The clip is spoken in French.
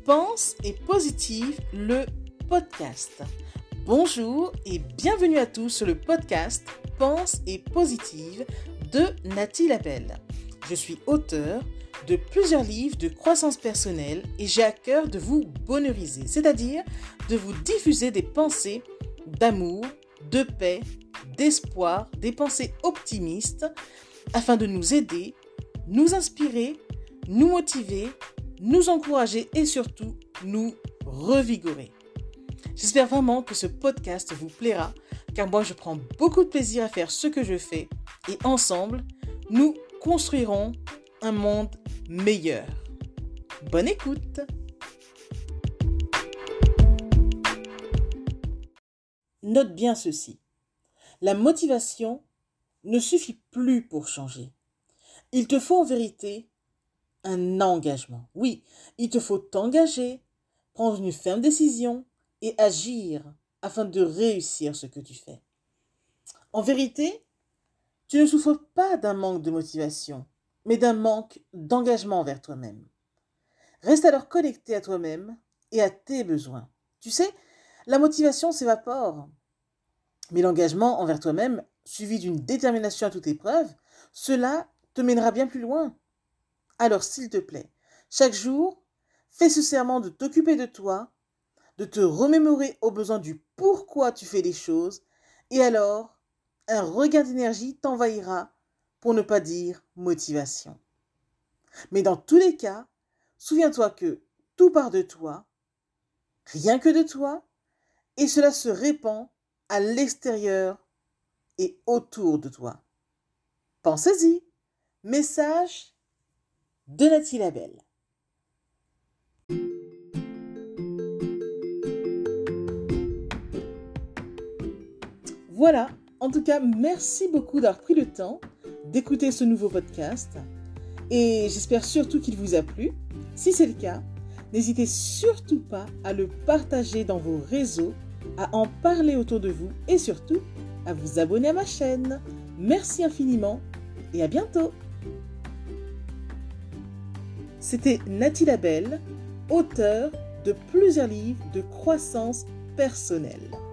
Pense et Positive, le podcast. Bonjour et bienvenue à tous sur le podcast Pense et Positive de Nathalie Labelle. Je suis auteure de plusieurs livres de croissance personnelle et j'ai à cœur de vous bonheuriser, c'est-à-dire de vous diffuser des pensées d'amour, de paix, d'espoir, des pensées optimistes afin de nous aider, nous inspirer, nous motiver, nous encourager et surtout nous revigorer. J'espère vraiment que ce podcast vous plaira car moi je prends beaucoup de plaisir à faire ce que je fais et ensemble nous construirons un monde meilleur. Bonne écoute! Note bien ceci, la motivation ne suffit plus pour changer. Il te faut en vérité un engagement. Oui, il te faut t'engager, prendre une ferme décision et agir afin de réussir ce que tu fais. En vérité, tu ne souffres pas d'un manque de motivation, mais d'un manque d'engagement envers toi-même. Reste alors connecté à toi-même et à tes besoins. Tu sais, la motivation s'évapore, mais l'engagement envers toi-même, suivi d'une détermination à toute épreuve, cela te mènera bien plus loin. Alors, s'il te plaît, chaque jour, fais ce serment de t'occuper de toi, de te remémorer au besoin du pourquoi tu fais les choses, et alors, un regain d'énergie t'envahira, pour ne pas dire motivation. Mais dans tous les cas, souviens-toi que tout part de toi, rien que de toi, et cela se répand à l'extérieur et autour de toi. Pensez-y. Message de Nathalie Labelle. Voilà, en tout cas, merci beaucoup d'avoir pris le temps d'écouter ce nouveau podcast et j'espère surtout qu'il vous a plu. Si c'est le cas, n'hésitez surtout pas à le partager dans vos réseaux, à en parler autour de vous et surtout à vous abonner à ma chaîne. Merci infiniment et à bientôt. C'était Nathalie Labelle, auteure de plusieurs livres de croissance personnelle.